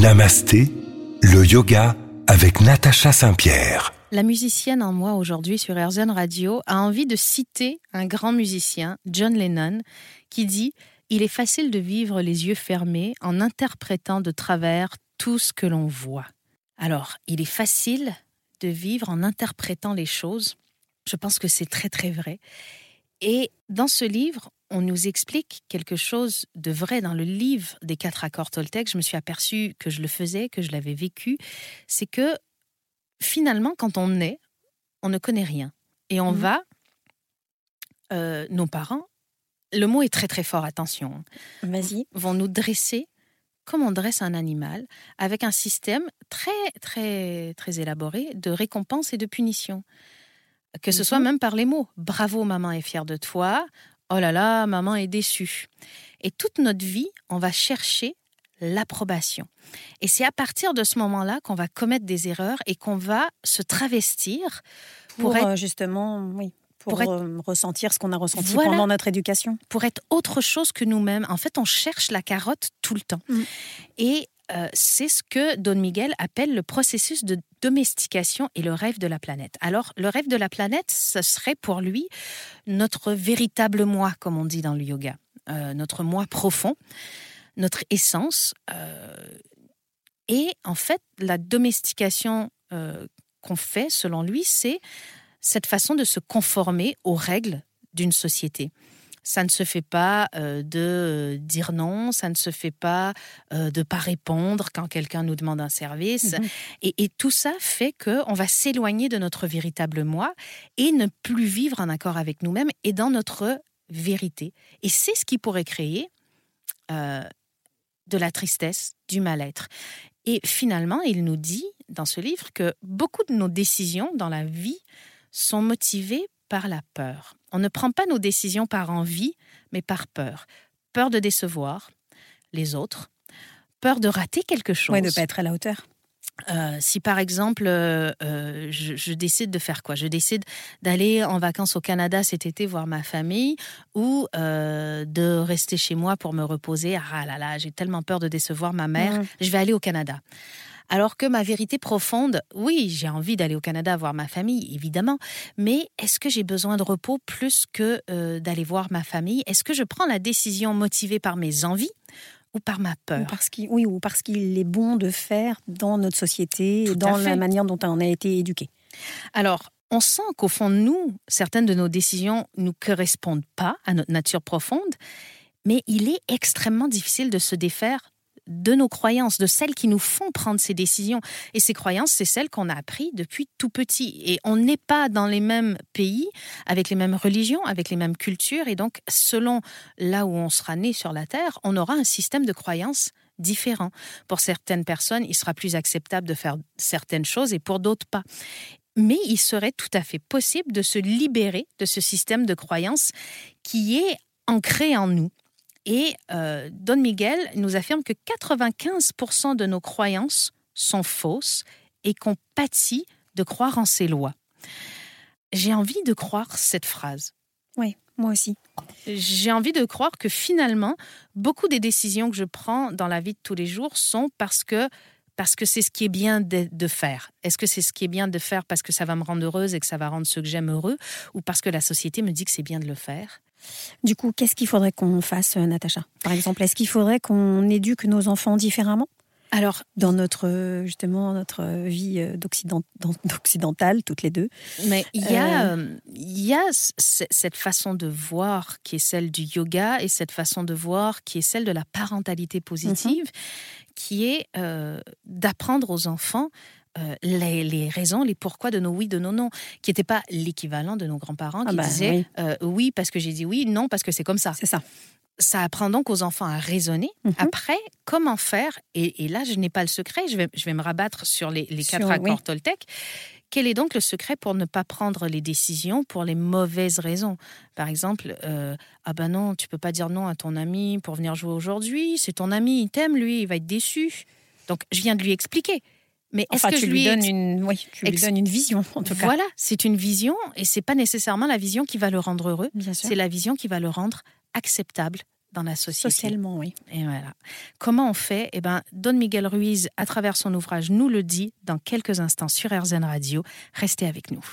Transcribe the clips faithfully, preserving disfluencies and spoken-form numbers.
Namasté, le yoga avec Natacha Saint-Pierre. La musicienne en moi aujourd'hui sur AirZen Radio a envie de citer un grand musicien, John Lennon, qui dit « Il est facile de vivre les yeux fermés en interprétant de travers tout ce que l'on voit. » Alors, il est facile de vivre en interprétant les choses. Je pense que c'est très très vrai. Et dans ce livre, on nous explique quelque chose de vrai. Dans le livre des quatre accords Toltec, je me suis aperçue que je le faisais, que je l'avais vécu. C'est que finalement, quand on naît, on ne connaît rien. Et on mmh. va, euh, nos parents, le mot est très très fort, attention. Vas-y. Vont nous dresser comme on dresse un animal, avec un système très très très élaboré de récompense et de punition. Que ce mmh. soit même par les mots. Bravo, maman est fière de toi. Oh là là, maman est déçue. Et toute notre vie, on va chercher l'approbation. Et c'est à partir de ce moment-là qu'on va commettre des erreurs et qu'on va se travestir pour, pour être, justement, oui, pour, pour être, ressentir ce qu'on a ressenti voilà, pendant notre éducation. Pour être autre chose que nous-mêmes. En fait, on cherche la carotte tout le temps. Mmh. Et euh, c'est ce que Don Miguel appelle le processus de domestication et le rêve de la planète. Alors, le rêve de la planète, ce serait pour lui notre véritable moi, comme on dit dans le yoga, euh, notre moi profond, notre essence. Euh, et en fait, la domestication euh, qu'on fait, selon lui, c'est cette façon de se conformer aux règles d'une société. Ça ne se fait pas euh, de dire non, ça ne se fait pas euh, de ne pas répondre quand quelqu'un nous demande un service. Mmh. Et, et tout ça fait qu'on va s'éloigner de notre véritable moi et ne plus vivre en accord avec nous-mêmes et dans notre vérité. Et c'est ce qui pourrait créer euh, de la tristesse, du mal-être. Et finalement, il nous dit dans ce livre que beaucoup de nos décisions dans la vie sont motivées par la peur. On ne prend pas nos décisions par envie, mais par peur. Peur de décevoir les autres, peur de rater quelque chose. Oui, de ne pas être à la hauteur. Euh, si par exemple, euh, euh, je, je décide de faire quoi ? Je décide d'aller en vacances au Canada cet été voir ma famille ou euh, de rester chez moi pour me reposer. Ah là là, j'ai tellement peur de décevoir ma mère, mmh. je vais aller au Canada. Alors que ma vérité profonde, oui, j'ai envie d'aller au Canada voir ma famille, évidemment, mais est-ce que j'ai besoin de repos plus que euh, d'aller voir ma famille ? Est-ce que je prends la décision motivée par mes envies ou par ma peur ? Ou parce qu'il, oui, ou parce qu'il est bon de faire dans notre société, Tout dans la manière dont on a été éduqué. Alors, on sent qu'au fond de nous, certaines de nos décisions ne nous correspondent pas à notre nature profonde, mais il est extrêmement difficile de se défaire de nos croyances, de celles qui nous font prendre ces décisions. Et ces croyances, c'est celles qu'on a apprises depuis tout petit. Et on n'est pas dans les mêmes pays, avec les mêmes religions, avec les mêmes cultures. Et donc, selon là où on sera né sur la Terre, on aura un système de croyances différent. Pour certaines personnes, il sera plus acceptable de faire certaines choses et pour d'autres, pas. Mais il serait tout à fait possible de se libérer de ce système de croyances qui est ancré en nous. Et euh, Don Miguel nous affirme que quatre-vingt-quinze pour cent de nos croyances sont fausses et qu'on pâtit de croire en ces lois. J'ai envie de croire cette phrase. Oui, moi aussi. J'ai envie de croire que finalement, beaucoup des décisions que je prends dans la vie de tous les jours sont parce que, parce que c'est ce qui est bien de, de faire. Est-ce que c'est ce qui est bien de faire parce que ça va me rendre heureuse et que ça va rendre ceux que j'aime heureux ou parce que la société me dit que c'est bien de le faire ? Du coup, qu'est-ce qu'il faudrait qu'on fasse, Natacha ? Par exemple, est-ce qu'il faudrait qu'on éduque nos enfants différemment ? Alors, dans notre, justement, notre vie d'occident, d'occidentale, toutes les deux. Mais il y a, euh... il y a c- cette façon de voir qui est celle du yoga et cette façon de voir qui est celle de la parentalité positive, mm-hmm. qui est euh, d'apprendre aux enfants Euh, les, les raisons, les pourquoi de nos oui, de nos non, qui n'étaient pas l'équivalent de nos grands-parents qui ah bah, disaient oui. Euh, oui parce que j'ai dit oui, non parce que c'est comme ça. C'est ça. Ça apprend donc aux enfants à raisonner. Mm-hmm. Après, comment faire ? et, et là, je n'ai pas le secret, je vais, je vais me rabattre sur les, les quatre sur, accords oui. Toltec. Quel est donc le secret pour ne pas prendre les décisions pour les mauvaises raisons ? Par exemple, euh, ah ben non, tu peux pas dire non à ton ami pour venir jouer aujourd'hui, c'est ton ami, il t'aime lui, il va être déçu. Donc, je viens de lui expliquer. Mais enfin, est-ce que tu je lui, lui donnes ex... une, oui, tu lui ex... donnes une vision, en tout cas. Voilà, c'est une vision, et c'est pas nécessairement la vision qui va le rendre heureux. C'est la vision qui va le rendre acceptable dans la société. Socialement, oui. Et voilà. Comment on fait? Eh ben, Don Miguel Ruiz, à travers son ouvrage, nous le dit dans quelques instants sur R Z N Radio. Restez avec nous.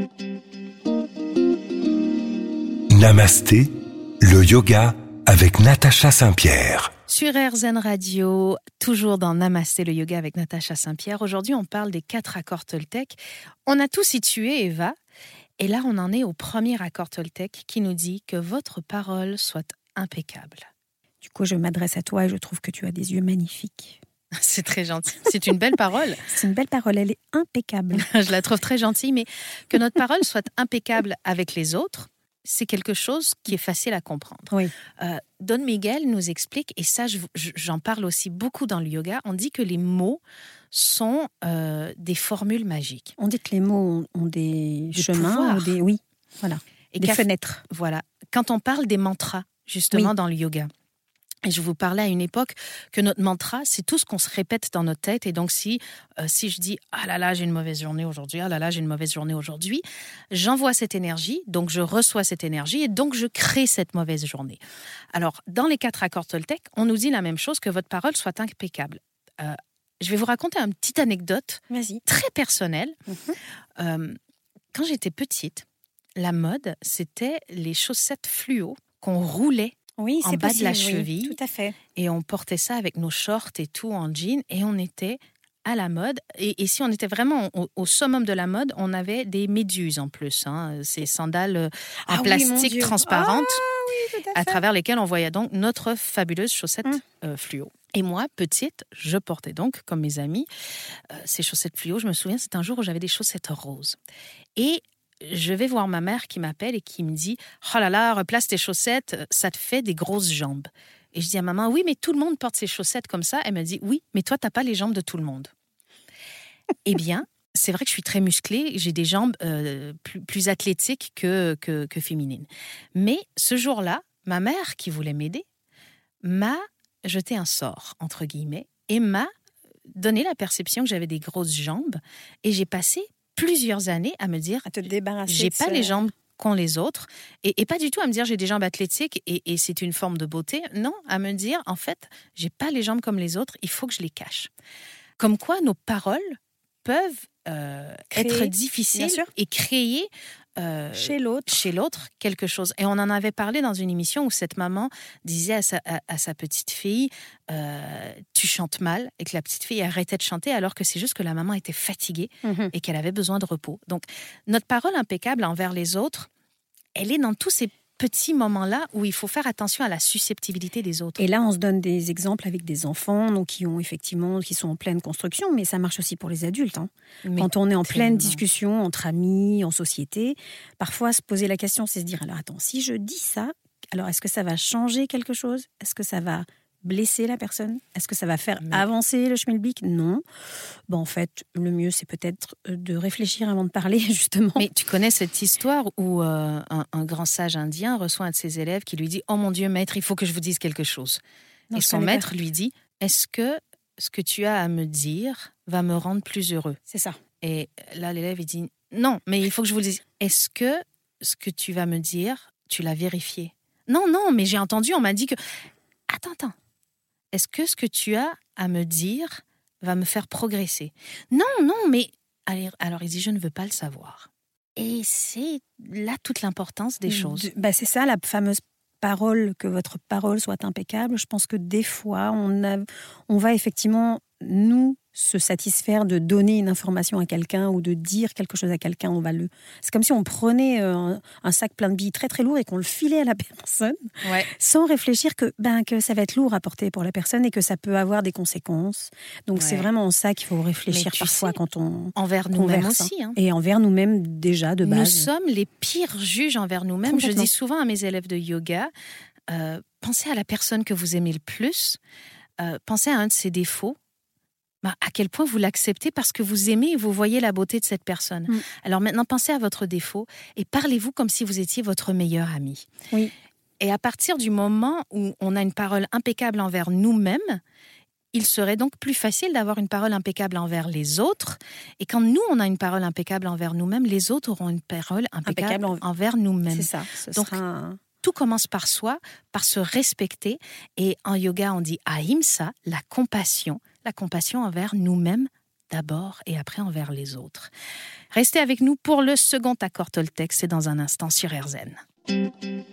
Namasté, le yoga avec Natacha Saint-Pierre. Sur R Z N Radio, toujours dans Namasté, le yoga avec Natacha Saint-Pierre. Aujourd'hui, on parle des quatre accords Toltec. On a tout situé, Eva. Et là, on en est au premier accord Toltec qui nous dit que votre parole soit impeccable. Du coup, je m'adresse à toi et je trouve que tu as des yeux magnifiques. C'est très gentil. C'est une belle parole. C'est une belle parole, elle est impeccable. Je la trouve très gentille, mais que notre parole soit impeccable avec les autres, c'est quelque chose qui est facile à comprendre. Oui. Euh, Don Miguel nous explique, et ça, je, je, j'en parle aussi beaucoup dans le yoga, on dit que les mots sont euh, des formules magiques. On dit que les mots ont, ont des, Des chemins, pouvoirs. ou des... Oui, voilà. Et des qu'à- fenêtres. Voilà. Quand on parle des mantras, justement, Oui. dans le yoga, et je vous parlais à une époque que notre mantra, c'est tout ce qu'on se répète dans notre tête. Et donc, si, euh, si je dis « Ah là là, j'ai une mauvaise journée aujourd'hui, ah là là, j'ai une mauvaise journée aujourd'hui », j'envoie cette énergie, donc je reçois cette énergie et donc je crée cette mauvaise journée. Alors, dans les quatre accords Toltec, on nous dit la même chose, que votre parole soit impeccable. Euh, je vais vous raconter une petite anecdote Vas-y. très personnelle. Mhm. Euh, quand j'étais petite, la mode, c'était les chaussettes fluo qu'on roulait Oui, en c'est bas de la possible, oui, cheville. tout à fait. et on portait ça avec nos shorts et tout en jean et on était à la mode. Et, et si on était vraiment au, au summum de la mode, on avait des méduses en plus, hein, ces sandales en Ah oui, mon plastique Dieu. transparentes Ah oui, tout à à fait. travers lesquelles on voyait donc notre fabuleuse chaussette Hum. euh, fluo. Et moi, petite, je portais donc, comme mes amis, euh, ces chaussettes fluo. Je me souviens, c'est un jour où j'avais des chaussettes roses. Et je vais voir ma mère qui m'appelle et qui me dit « Oh là là, replace tes chaussettes, ça te fait des grosses jambes. » Et je dis à maman « Oui, mais tout le monde porte ses chaussettes comme ça. » Elle me dit « Oui, mais toi, t'as pas les jambes de tout le monde. » Eh bien, c'est vrai que je suis très musclée, j'ai des jambes euh, plus, plus athlétiques que, que, que féminines. Mais ce jour-là, ma mère, qui voulait m'aider, m'a jeté un sort, entre guillemets, et m'a donné la perception que j'avais des grosses jambes. Et j'ai passé plusieurs années à me dire À te débarrasser. j'ai de pas ce- les jambes qu'ont les autres, et, et pas du tout à me dire j'ai des jambes athlétiques et, et c'est une forme de beauté. Non, à me dire en fait j'ai pas les jambes comme les autres, il faut que je les cache. Comme quoi nos paroles peuvent euh, Créer, être bien difficiles sûr. et créer euh, Chez l'autre. chez l'autre quelque chose. Et on en avait parlé dans une émission où cette maman disait à sa, à, à sa petite fille euh, tu chantes mal, et que la petite fille arrêtait de chanter alors que c'est juste que la maman était fatiguée Mhm. et qu'elle avait besoin de repos. Donc notre parole impeccable envers les autres, elle est dans tous ces petits moments-là où il faut faire attention à la susceptibilité des autres. Et là, on se donne des exemples avec des enfants, donc qui ont effectivement, qui sont en pleine construction, mais ça marche aussi pour les adultes. Hein. Mais Quand on est en pleine tellement. discussion entre amis, en société, parfois se poser la question, c'est se dire alors attends, si je dis ça, alors est-ce que ça va changer quelque chose? Est-ce que ça va blesser la personne? Est-ce que ça va faire Mais- avancer le schmilblick? Non. Bon, en fait, le mieux, c'est peut-être de réfléchir avant de parler, justement. Mais tu connais cette histoire où euh, un, un grand sage indien reçoit un de ses élèves qui lui dit « Oh mon Dieu, maître, il faut que je vous dise quelque chose. » Non, Et je son connais pas. maître lui dit « Est-ce que ce que tu as à me dire va me rendre plus heureux ?» C'est ça. Et là, l'élève, il dit « Non, mais il faut que je vous le dise. Est-ce que ce que tu vas me dire, tu l'as vérifié ?»« Non, non, mais j'ai entendu, on m'a dit que... » Attends, attends. Est-ce que ce que tu as à me dire va me faire progresser? Non, non, mais... Allez, alors il dit, je ne veux pas le savoir. Et c'est là toute l'importance des choses. De- bah, c'est ça, la fameuse parole, que votre parole soit impeccable. Je pense que des fois, on, a, on va effectivement, nous, se satisfaire de donner une information à quelqu'un ou de dire quelque chose à quelqu'un. On va le... C'est comme si on prenait un, un sac plein de billes très très lourd et qu'on le filait à la personne Ouais. sans réfléchir que, ben, que ça va être lourd à porter pour la personne et que ça peut avoir des conséquences. Donc c'est Ouais. vraiment en ça qu'il faut réfléchir Mais tu parfois sais, quand on Envers nous-mêmes converse. aussi. Hein. Et envers nous-mêmes déjà de base. Nous sommes les pires juges envers nous-mêmes. Je Complètement. dis souvent à mes élèves de yoga, euh, pensez à la personne que vous aimez le plus, euh, pensez à un de ses défauts, bah, à quel point vous l'acceptez parce que vous aimez et vous voyez la beauté de cette personne. Mm. Alors maintenant, pensez à votre défaut et parlez-vous comme si vous étiez votre meilleur ami. Oui. Et à partir du moment où on a une parole impeccable envers nous-mêmes, il serait donc plus facile d'avoir une parole impeccable envers les autres. Et quand nous, on a une parole impeccable envers nous-mêmes, les autres auront une parole impeccable, Impeccable en- envers nous-mêmes. C'est ça. Ce Donc, sera un- tout commence par soi, par se respecter. Et en yoga, on dit ahimsa, la compassion, la compassion envers nous-mêmes d'abord et après envers les autres. Restez avec nous pour le second accord Toltec, c'est dans un instant sur R Z N.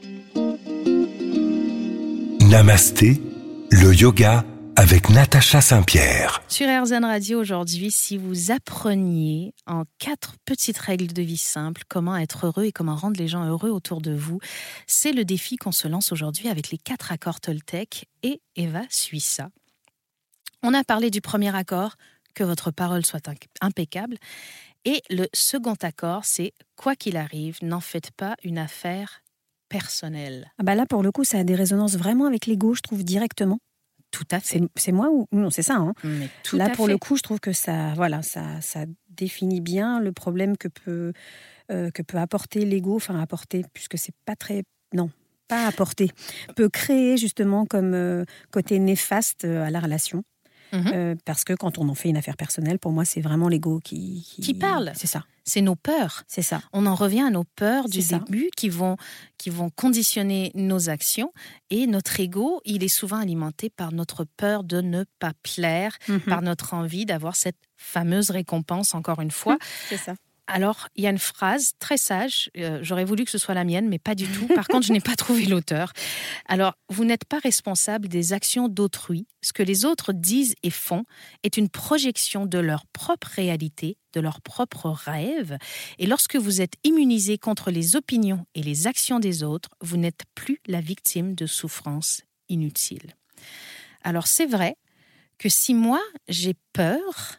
Namasté, le yoga avec Natacha Saint-Pierre. Sur R Z N Radio aujourd'hui, si vous appreniez en quatre petites règles de vie simples comment être heureux et comment rendre les gens heureux autour de vous, c'est le défi qu'on se lance aujourd'hui avec les quatre accords Toltec et Eva suit ça. On a parlé du premier accord, que votre parole soit impeccable. Et le second accord, c'est quoi qu'il arrive, n'en faites pas une affaire personnelle. Ah bah là, pour le coup, ça a des résonances vraiment avec l'ego, je trouve, directement. Tout à fait. C'est, c'est moi ou non, c'est ça. Hein. Mais tout là, à pour fait. le coup, je trouve que ça, voilà, ça, ça définit bien le problème que peut, euh, que peut apporter l'ego, enfin apporter, puisque c'est pas très, non, pas apporter, peut créer justement comme euh, côté néfaste à la relation. Mmh. Euh, parce que quand on en fait une affaire personnelle, pour moi, c'est vraiment l'ego qui... Qui, qui parle. C'est ça. C'est nos peurs. C'est ça. On en revient à nos peurs du c'est début qui vont, qui vont conditionner nos actions. Et notre ego, il est souvent alimenté par notre peur de ne pas plaire, mmh. par notre envie d'avoir cette fameuse récompense, encore une fois. C'est ça. Alors, il y a une phrase très sage, euh, j'aurais voulu que ce soit la mienne, mais pas du tout. Par contre, je n'ai pas trouvé l'auteur. Alors, vous n'êtes pas responsable des actions d'autrui. Ce que les autres disent et font est une projection de leur propre réalité, de leurs propres rêves. Et lorsque vous êtes immunisé contre les opinions et les actions des autres, vous n'êtes plus la victime de souffrances inutiles. Alors, c'est vrai que si moi, j'ai peur...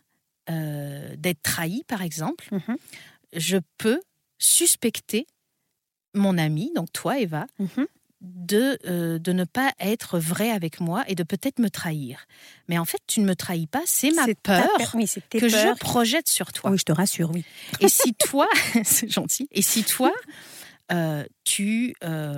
Euh, d'être trahi, par exemple, mm-hmm. je peux suspecter mon ami, donc toi, Eva, mm-hmm. de, euh, de ne pas être vrai avec moi et de peut-être me trahir. Mais en fait, tu ne me trahis pas, c'est ma c'est peur per- oui, c'est que peurs. je projette sur toi. Oui, je te rassure, oui. Et si toi, c'est gentil, et si toi, euh, tu, euh,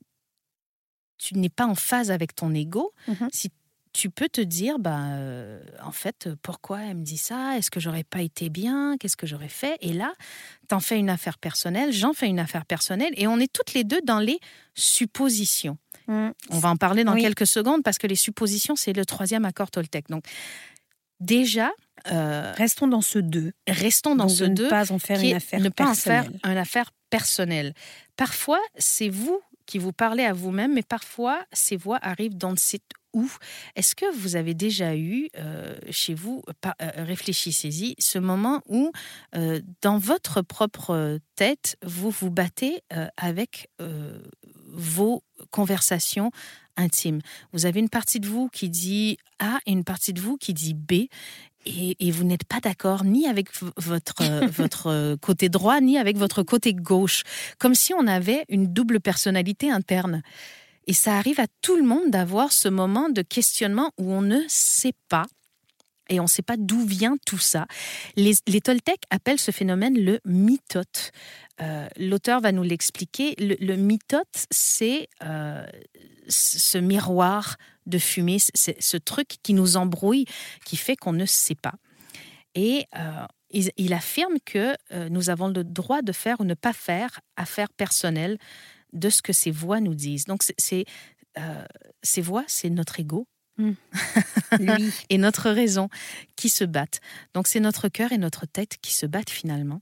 tu n'es pas en phase avec ton ego, mm-hmm. si tu peux te dire, bah, euh, en fait, pourquoi elle me dit ça ? Est-ce que j'aurais pas été bien ? Qu'est-ce que j'aurais fait ? Et là, t'en fais une affaire personnelle, j'en fais une affaire personnelle, et on est toutes les deux dans les suppositions. Mmh. On va en parler dans oui. quelques secondes, parce que les suppositions, c'est le troisième accord Toltec. Donc, déjà... Euh, restons dans ce deux. Restons dans Donc ce de deux. Ne pas en faire une affaire ne pas personnelle. en faire une affaire personnelle. Parfois, c'est vous qui vous parlez à vous-même, mais parfois, ces voix arrivent dans cette où. Est-ce que vous avez déjà eu euh, chez vous, par, euh, réfléchissez-y, ce moment où euh, dans votre propre tête, vous vous battez euh, avec euh, vos conversations intimes. Vous avez une partie de vous qui dit A et une partie de vous qui dit B. Et, et vous n'êtes pas d'accord ni avec v- votre, euh, votre côté droit, ni avec votre côté gauche. Comme si on avait une double personnalité interne. Et ça arrive à tout le monde d'avoir ce moment de questionnement où on ne sait pas, et on ne sait pas d'où vient tout ça. Les, les Toltecs appellent ce phénomène le mitote. Euh, l'auteur va nous l'expliquer. Le, le mitote, c'est euh, ce miroir de fumée, c'est ce truc qui nous embrouille, qui fait qu'on ne sait pas. Et euh, il, il affirme que euh, nous avons le droit de faire ou ne pas faire affaire personnelle de ce que ces voix nous disent. Donc, c'est, c'est, euh, ces voix, c'est notre ego mmh. Lui. et notre raison qui se battent. Donc, c'est notre cœur et notre tête qui se battent finalement.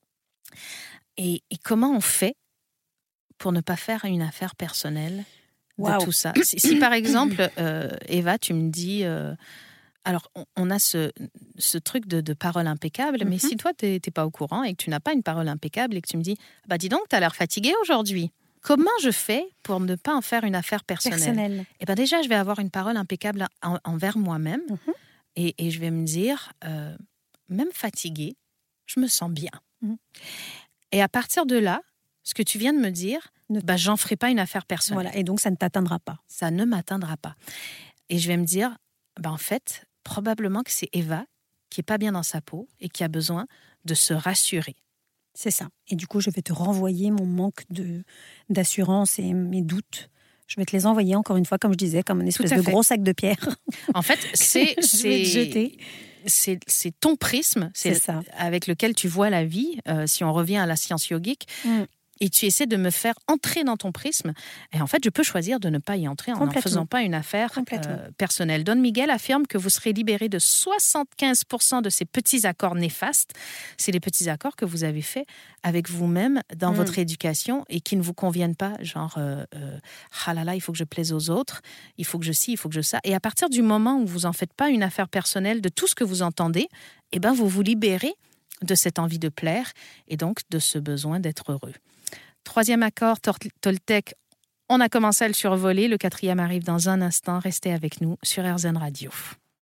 Et, et comment on fait pour ne pas faire une affaire personnelle de wow. tout ça ? si, si, par exemple, euh, Eva, tu me dis... Euh, alors, on, on a ce, ce truc de, de parole impeccable, mmh. mais si toi, tu n'es pas au courant et que tu n'as pas une parole impeccable et que tu me dis « bah dis donc, tu as l'air fatiguée aujourd'hui », comment je fais pour ne pas en faire une affaire personnelle ? Personnelle. Eh bien déjà, je vais avoir une parole impeccable en, envers moi-même mmh. et, et je vais me dire, euh, même fatiguée, je me sens bien. Mmh. Et à partir de là, ce que tu viens de me dire, ne... bah, j'en ferai pas une affaire personnelle. Voilà, et donc ça ne t'atteindra pas. Ça ne m'atteindra pas. Et je vais me dire, bah, en fait, probablement que c'est Eva qui n'est pas bien dans sa peau et qui a besoin de se rassurer. C'est ça. Et du coup, je vais te renvoyer mon manque de, d'assurance et mes doutes. Je vais te les envoyer, encore une fois, comme je disais, comme une espèce de gros sac de pierre. En fait, c'est, c'est, jeter. c'est, c'est ton prisme c'est c'est ça. Avec lequel tu vois la vie. Euh, si on revient à la science yogique, mm. et tu essaies de me faire entrer dans ton prisme. Et en fait, je peux choisir de ne pas y entrer en ne faisant pas une affaire euh, personnelle. Don Miguel affirme que vous serez libéré de soixante-quinze pour cent de ces petits accords néfastes. C'est les petits accords que vous avez faits avec vous-même dans mmh. votre éducation et qui ne vous conviennent pas. Genre, euh, euh, ah là là, il faut que je plaise aux autres, il faut que je ci, il faut que je ça. Et à partir du moment où vous n'en faites pas une affaire personnelle de tout ce que vous entendez, eh ben, vous vous libérez de cette envie de plaire et donc de ce besoin d'être heureux. Troisième accord, Toltec, on a commencé à le survoler. Le quatrième arrive dans un instant. Restez avec nous sur R Z N Radio.